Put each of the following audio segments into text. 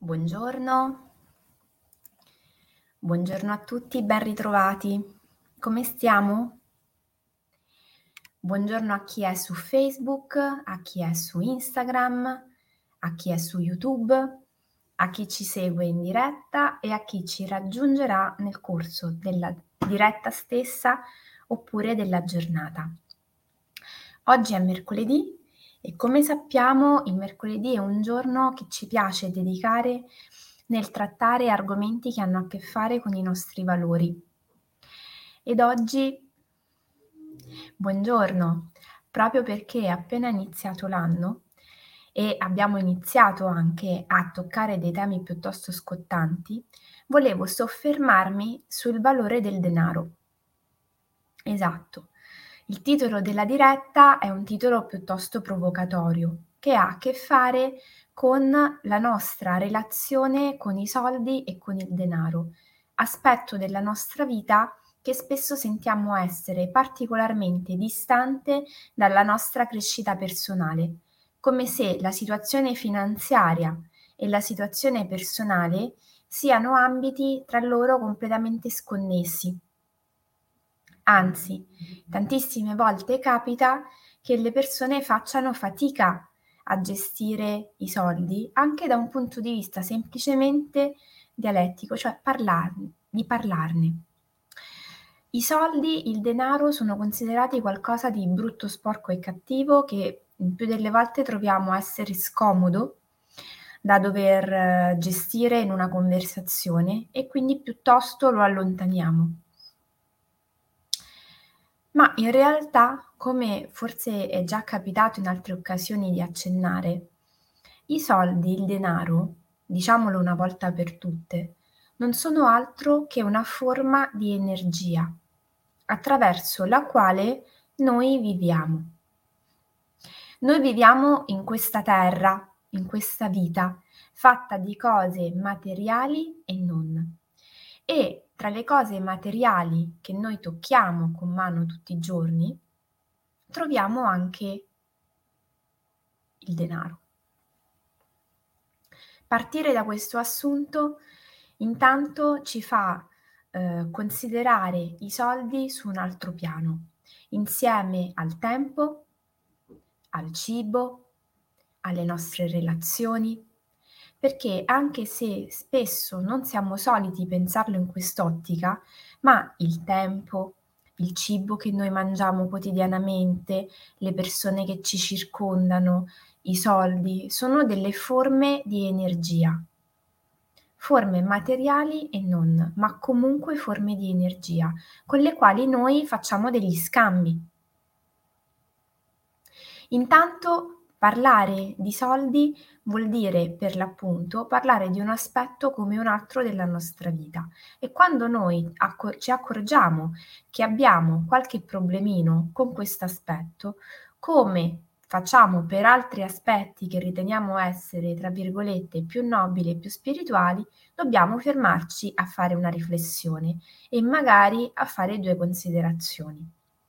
Buongiorno, buongiorno a tutti, ben ritrovati. Come stiamo? Buongiorno a chi è su Facebook, a chi è su Instagram, a chi è su YouTube, a chi ci segue in diretta e a chi ci raggiungerà nel corso della diretta stessa oppure della giornata. Oggi è mercoledì e come sappiamo il mercoledì è un giorno che ci piace dedicare nel trattare argomenti che hanno a che fare con i nostri valori. Ed oggi, buongiorno, proprio perché è appena iniziato l'anno e abbiamo iniziato anche a toccare dei temi piuttosto scottanti, volevo soffermarmi sul valore del denaro. Esatto. Il titolo della diretta è un titolo piuttosto provocatorio, che ha a che fare con la nostra relazione con i soldi e con il denaro, aspetto della nostra vita che spesso sentiamo essere particolarmente distante dalla nostra crescita personale, come se la situazione finanziaria e la situazione personale siano ambiti tra loro completamente sconnessi. Anzi, tantissime volte capita che le persone facciano fatica a gestire i soldi, anche da un punto di vista semplicemente dialettico, cioè di parlarne. I soldi, il denaro sono considerati qualcosa di brutto, sporco e cattivo che il più delle volte troviamo essere scomodo da dover gestire in una conversazione e quindi piuttosto lo allontaniamo. Ma in realtà, come forse è già capitato in altre occasioni di accennare, i soldi, il denaro, diciamolo una volta per tutte, non sono altro che una forma di energia attraverso la quale noi viviamo. Noi viviamo in questa terra, in questa vita, fatta di cose materiali e non. E tra le cose materiali che noi tocchiamo con mano tutti i giorni, troviamo anche il denaro. Partire da questo assunto intanto ci fa considerare i soldi su un altro piano, insieme al tempo, al cibo, alle nostre relazioni, perché anche se spesso non siamo soliti pensarlo in quest'ottica, ma il tempo, il cibo che noi mangiamo quotidianamente, le persone che ci circondano, i soldi, sono delle forme di energia. Forme materiali e non, ma comunque forme di energia, con le quali noi facciamo degli scambi. Intanto parlare di soldi vuol dire, per l'appunto, parlare di un aspetto come un altro della nostra vita e quando noi ci accorgiamo che abbiamo qualche problemino con questo aspetto, come facciamo per altri aspetti che riteniamo essere, tra virgolette, più nobili e più spirituali, dobbiamo fermarci a fare una riflessione e magari a fare 2 considerazioni.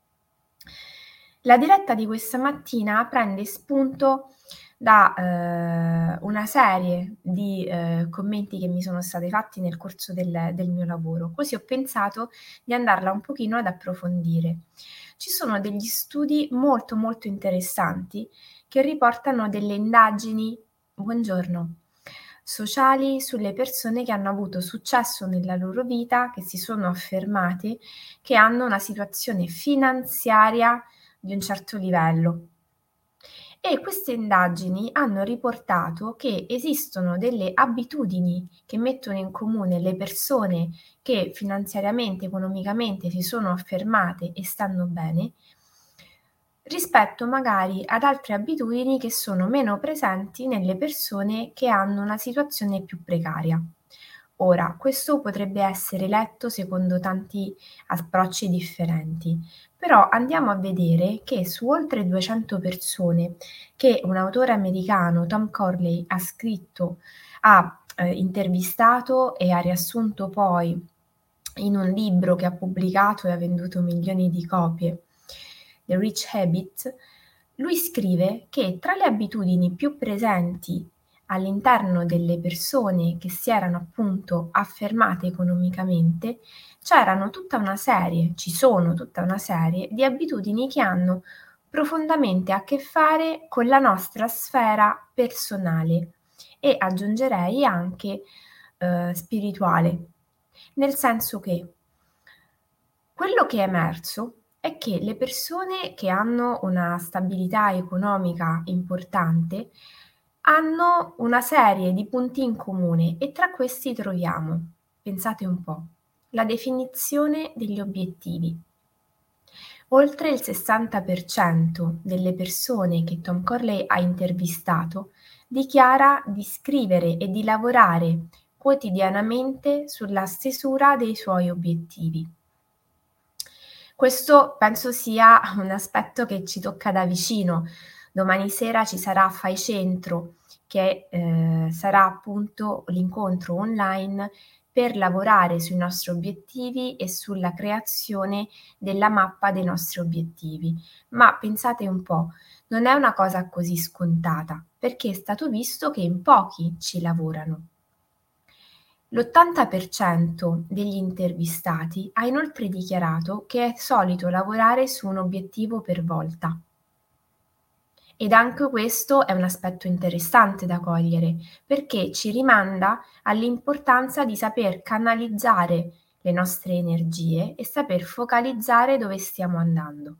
La diretta di questa mattina prende spunto da una serie di commenti che mi sono stati fatti nel corso del mio lavoro, così ho pensato di andarla un pochino ad approfondire. Ci sono degli studi molto, molto interessanti che riportano delle indagini buongiorno, sociali sulle persone che hanno avuto successo nella loro vita, che si sono affermate, che hanno una situazione finanziaria di un certo livello. E queste indagini hanno riportato che esistono delle abitudini che mettono in comune le persone che finanziariamente, economicamente si sono affermate e stanno bene, rispetto magari ad altre abitudini che sono meno presenti nelle persone che hanno una situazione più precaria. Ora, questo potrebbe essere letto secondo tanti approcci differenti, però andiamo a vedere che su oltre 200 persone che un autore americano, Tom Corley, ha intervistato e ha riassunto poi in un libro che ha pubblicato e ha venduto milioni di copie, The Rich Habit, lui scrive che tra le abitudini più presenti all'interno delle persone che si erano appunto affermate economicamente, c'erano tutta una serie, ci sono tutta una serie di abitudini che hanno profondamente a che fare con la nostra sfera personale e aggiungerei anche spirituale. Nel senso che quello che è emerso è che le persone che hanno una stabilità economica importante hanno una serie di punti in comune e tra questi troviamo, pensate un po', la definizione degli obiettivi. Oltre il 60% delle persone che Tom Corley ha intervistato dichiara di scrivere e di lavorare quotidianamente sulla stesura dei suoi obiettivi. Questo penso sia un aspetto che ci tocca da vicino. Domani sera ci sarà Fai Centro che, sarà appunto l'incontro online per lavorare sui nostri obiettivi e sulla creazione della mappa dei nostri obiettivi. Ma pensate un po', non è una cosa così scontata, perché è stato visto che in pochi ci lavorano. L'80% degli intervistati ha inoltre dichiarato che è solito lavorare su un obiettivo per volta. Ed anche questo è un aspetto interessante da cogliere, perché ci rimanda all'importanza di saper canalizzare le nostre energie e saper focalizzare dove stiamo andando.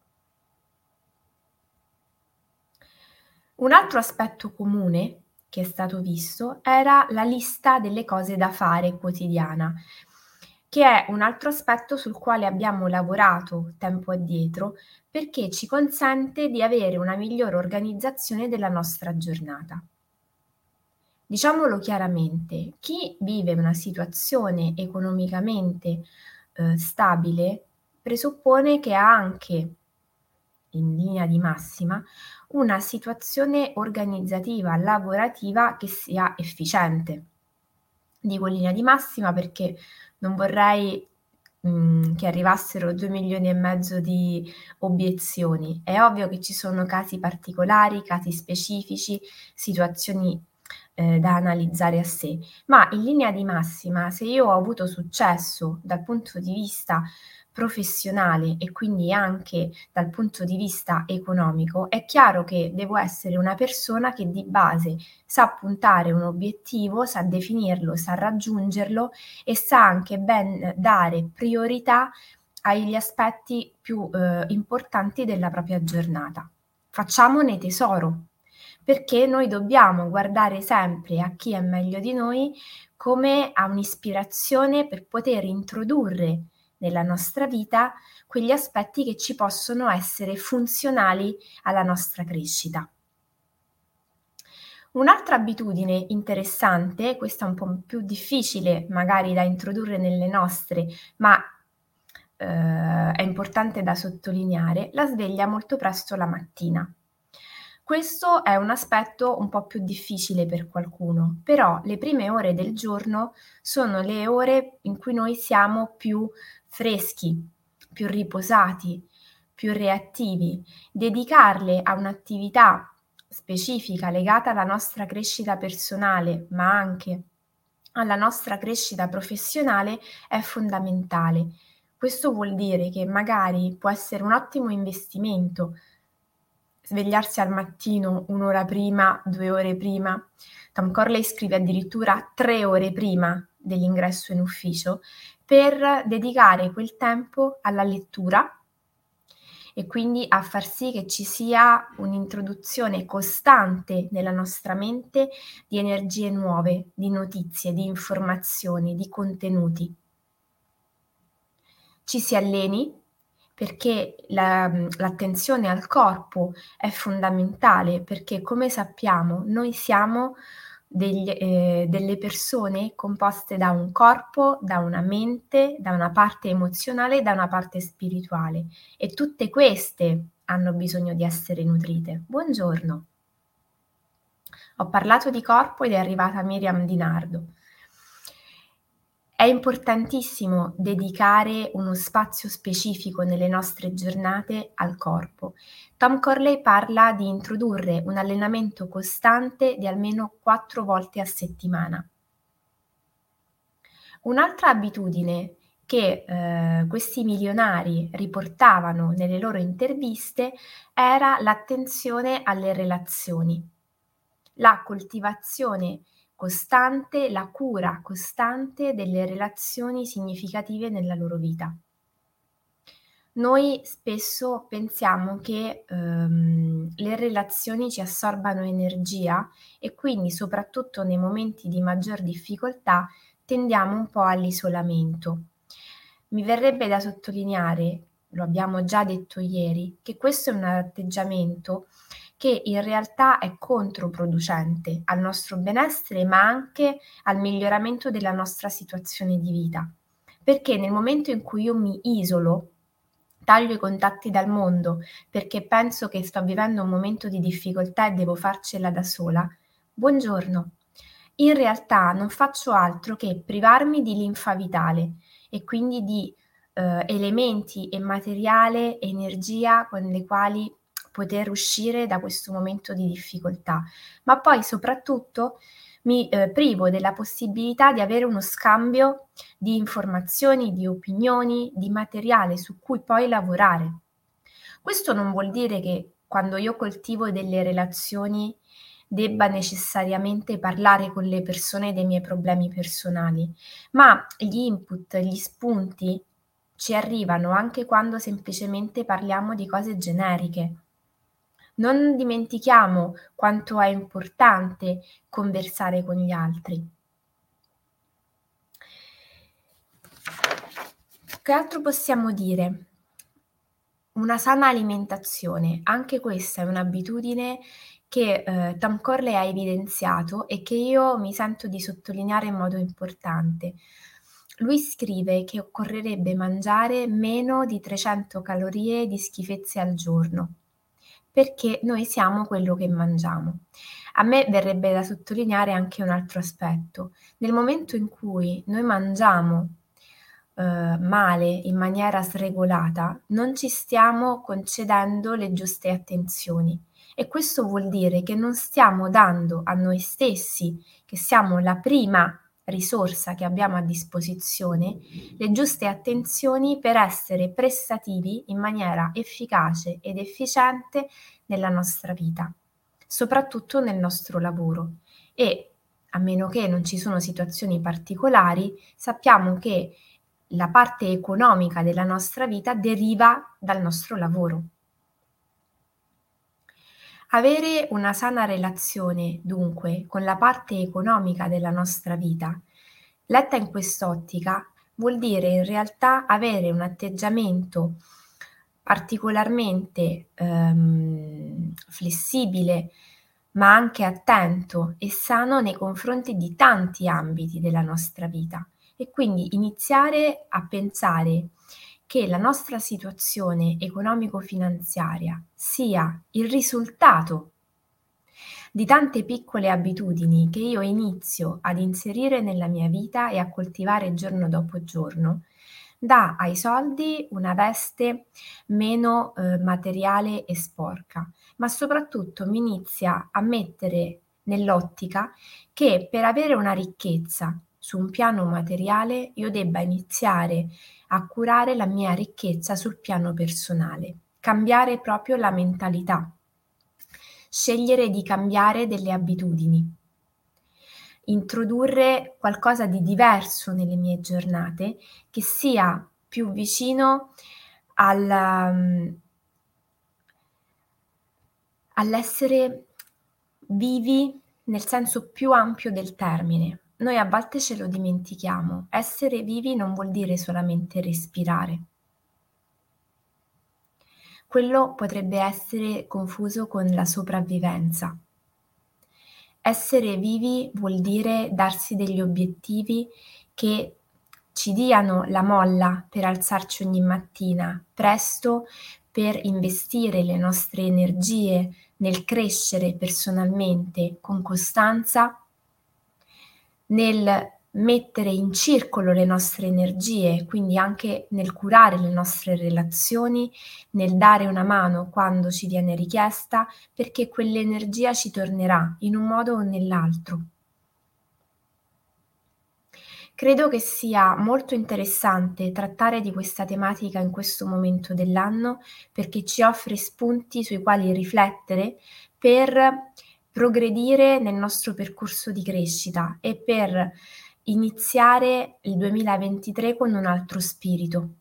Un altro aspetto comune che è stato visto era la lista delle cose da fare quotidiana, che è un altro aspetto sul quale abbiamo lavorato tempo addietro perché ci consente di avere una migliore organizzazione della nostra giornata. Diciamolo chiaramente, chi vive una situazione economicamente stabile presuppone che ha anche, in linea di massima, una situazione organizzativa, lavorativa che sia efficiente. Dico in linea di massima perché non vorrei, che arrivassero 2.500.000 di obiezioni. È ovvio che ci sono casi particolari, casi specifici, situazioni, da analizzare a sé, ma in linea di massima se io ho avuto successo dal punto di vista professionale e quindi anche dal punto di vista economico, è chiaro che devo essere una persona che di base sa puntare un obiettivo, sa definirlo, sa raggiungerlo e sa anche ben dare priorità agli aspetti più, importanti della propria giornata. Facciamone tesoro, perché noi dobbiamo guardare sempre a chi è meglio di noi come a un'ispirazione per poter introdurre nella nostra vita quegli aspetti che ci possono essere funzionali alla nostra crescita. Un'altra abitudine interessante, questa un po' più difficile magari da introdurre nelle nostre, ma, è importante da sottolineare, la sveglia molto presto la mattina. Questo è un aspetto un po' più difficile per qualcuno, però le prime ore del giorno sono le ore in cui noi siamo più freschi, più riposati, più reattivi. Dedicarle a un'attività specifica legata alla nostra crescita personale, ma anche alla nostra crescita professionale è fondamentale. Questo vuol dire che magari può essere un ottimo investimento svegliarsi al mattino 1 ora prima, 2 ore prima. Tom Corley scrive addirittura 3 ore prima dell'ingresso in ufficio, per dedicare quel tempo alla lettura e quindi a far sì che ci sia un'introduzione costante nella nostra mente di energie nuove, di notizie, di informazioni, di contenuti. Ci si alleni perché l'attenzione al corpo è fondamentale, perché come sappiamo noi siamo delle persone composte da un corpo, da una mente, da una parte emozionale e da una parte spirituale e tutte queste hanno bisogno di essere nutrite. Buongiorno. Ho parlato di corpo ed è arrivata Miriam Di Nardo. È importantissimo dedicare uno spazio specifico nelle nostre giornate al corpo. Tom Corley parla di introdurre un allenamento costante di almeno 4 volte a settimana. Un'altra abitudine che, questi milionari riportavano nelle loro interviste era l'attenzione alle relazioni, la coltivazione costante, la cura costante delle relazioni significative nella loro vita. Noi spesso pensiamo che, le relazioni ci assorbano energia e quindi, soprattutto nei momenti di maggior difficoltà, tendiamo un po' all'isolamento. Mi verrebbe da sottolineare, lo abbiamo già detto ieri, che questo è un atteggiamento che in realtà è controproducente al nostro benessere, ma anche al miglioramento della nostra situazione di vita. Perché nel momento in cui io mi isolo, taglio i contatti dal mondo perché penso che sto vivendo un momento di difficoltà e devo farcela da sola, buongiorno. In realtà non faccio altro che privarmi di linfa vitale e quindi di elementi e materiale, energia con le quali poter uscire da questo momento di difficoltà. Ma poi soprattutto mi privo della possibilità di avere uno scambio di informazioni, di opinioni, di materiale su cui poi lavorare. Questo non vuol dire che quando io coltivo delle relazioni debba necessariamente parlare con le persone dei miei problemi personali, ma gli input, gli spunti ci arrivano anche quando semplicemente parliamo di cose generiche. Non dimentichiamo quanto è importante conversare con gli altri. Che altro possiamo dire? Una sana alimentazione, anche questa è un'abitudine che, Tom Corley ha evidenziato e che io mi sento di sottolineare in modo importante. Lui scrive che occorrerebbe mangiare meno di 300 calorie di schifezze al giorno, perché noi siamo quello che mangiamo. A me verrebbe da sottolineare anche un altro aspetto. Nel momento in cui noi mangiamo male, in maniera sregolata, non ci stiamo concedendo le giuste attenzioni e questo vuol dire che non stiamo dando a noi stessi, che siamo la prima risorsa che abbiamo a disposizione, le giuste attenzioni per essere prestativi in maniera efficace ed efficiente nella nostra vita, soprattutto nel nostro lavoro e, a meno che non ci sono situazioni particolari, sappiamo che la parte economica della nostra vita deriva dal nostro lavoro. Avere una sana relazione, dunque, con la parte economica della nostra vita, letta in quest'ottica, vuol dire in realtà avere un atteggiamento particolarmente flessibile, ma anche attento e sano nei confronti di tanti ambiti della nostra vita e quindi iniziare a pensare che la nostra situazione economico-finanziaria sia il risultato di tante piccole abitudini che io inizio ad inserire nella mia vita e a coltivare giorno dopo giorno, dà ai soldi una veste meno materiale e sporca, ma soprattutto mi inizia a mettere nell'ottica che per avere una ricchezza su un piano materiale io debba iniziare a curare la mia ricchezza sul piano personale, cambiare proprio la mentalità, scegliere di cambiare delle abitudini, introdurre qualcosa di diverso nelle mie giornate che sia più vicino al, all'essere vivi nel senso più ampio del termine. Noi a volte ce lo dimentichiamo. Essere vivi non vuol dire solamente respirare. Quello potrebbe essere confuso con la sopravvivenza. Essere vivi vuol dire darsi degli obiettivi che ci diano la molla per alzarci ogni mattina presto, per investire le nostre energie nel crescere personalmente con costanza, nel mettere in circolo le nostre energie, quindi anche nel curare le nostre relazioni, nel dare una mano quando ci viene richiesta, perché quell'energia ci tornerà in un modo o nell'altro. Credo che sia molto interessante trattare di questa tematica in questo momento dell'anno, perché ci offre spunti sui quali riflettere per progredire nel nostro percorso di crescita e per iniziare il 2023 con un altro spirito.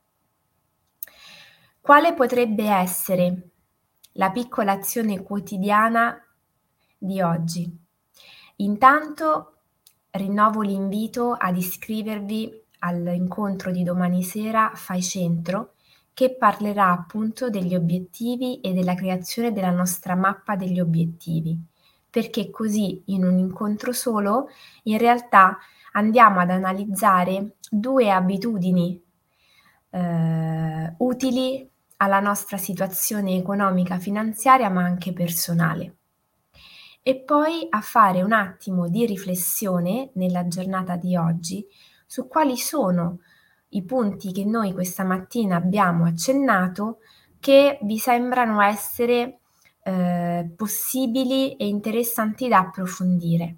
Quale potrebbe essere la piccola azione quotidiana di oggi? Intanto rinnovo l'invito ad iscrivervi all'incontro di domani sera Fai Centro, che parlerà appunto degli obiettivi e della creazione della nostra mappa degli obiettivi, perché così in un incontro solo in realtà andiamo ad analizzare 2 abitudini, utili alla nostra situazione economica, finanziaria, ma anche personale. E poi a fare un attimo di riflessione nella giornata di oggi su quali sono i punti che noi questa mattina abbiamo accennato che vi sembrano essere, possibili e interessanti da approfondire.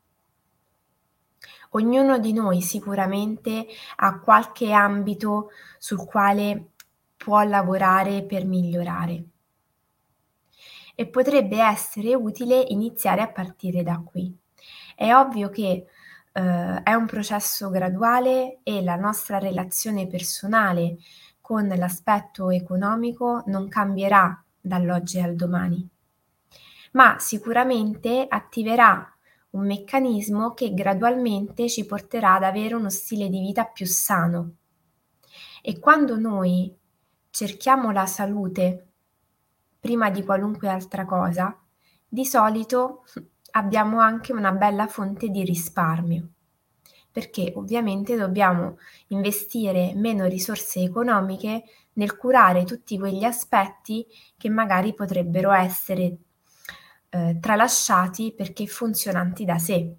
Ognuno di noi sicuramente ha qualche ambito sul quale può lavorare per migliorare e potrebbe essere utile iniziare a partire da qui. È ovvio che, è un processo graduale e la nostra relazione personale con l'aspetto economico non cambierà dall'oggi al domani, ma sicuramente attiverà un meccanismo che gradualmente ci porterà ad avere uno stile di vita più sano. E quando noi cerchiamo la salute prima di qualunque altra cosa, di solito abbiamo anche una bella fonte di risparmio, perché ovviamente dobbiamo investire meno risorse economiche nel curare tutti quegli aspetti che magari potrebbero essere, tralasciati perché funzionanti da sé.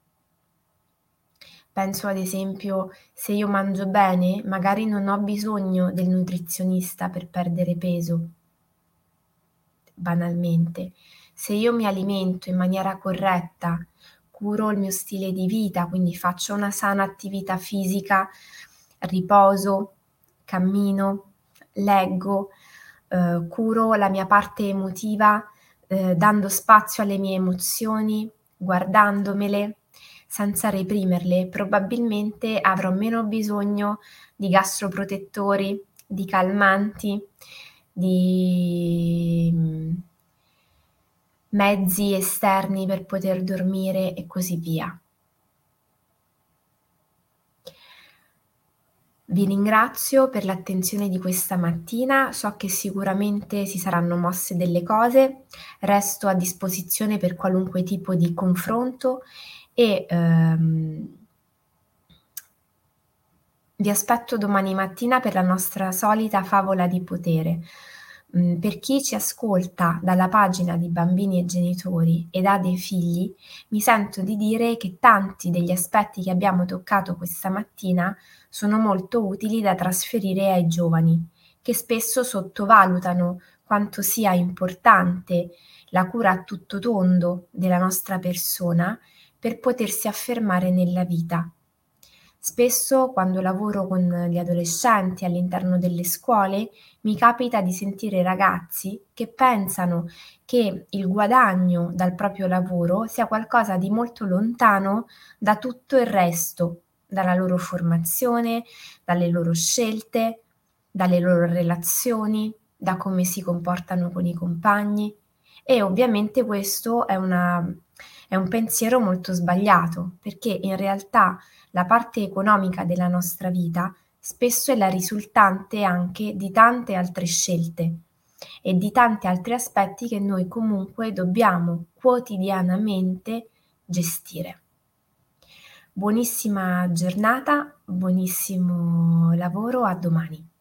Penso ad esempio, se io mangio bene, magari non ho bisogno del nutrizionista per perdere peso, banalmente. Se io mi alimento in maniera corretta, curo il mio stile di vita, quindi faccio una sana attività fisica, riposo, cammino, leggo, curo la mia parte emotiva, dando spazio alle mie emozioni, guardandomele, senza reprimerle, probabilmente avrò meno bisogno di gastroprotettori, di calmanti, di mezzi esterni per poter dormire e così via. Vi ringrazio per l'attenzione di questa mattina, so che sicuramente si saranno mosse delle cose, resto a disposizione per qualunque tipo di confronto e, vi aspetto domani mattina per la nostra solita favola di potere. Per chi ci ascolta dalla pagina di Bambini e Genitori ed ha dei figli, mi sento di dire che tanti degli aspetti che abbiamo toccato questa mattina sono molto utili da trasferire ai giovani, che spesso sottovalutano quanto sia importante la cura a tutto tondo della nostra persona per potersi affermare nella vita. Spesso quando lavoro con gli adolescenti all'interno delle scuole, mi capita di sentire ragazzi che pensano che il guadagno dal proprio lavoro sia qualcosa di molto lontano da tutto il resto, dalla loro formazione, dalle loro scelte, dalle loro relazioni, da come si comportano con i compagni e ovviamente questo è un pensiero molto sbagliato, perché in realtà la parte economica della nostra vita spesso è la risultante anche di tante altre scelte e di tanti altri aspetti che noi comunque dobbiamo quotidianamente gestire. Buonissima giornata, buonissimo lavoro, a domani.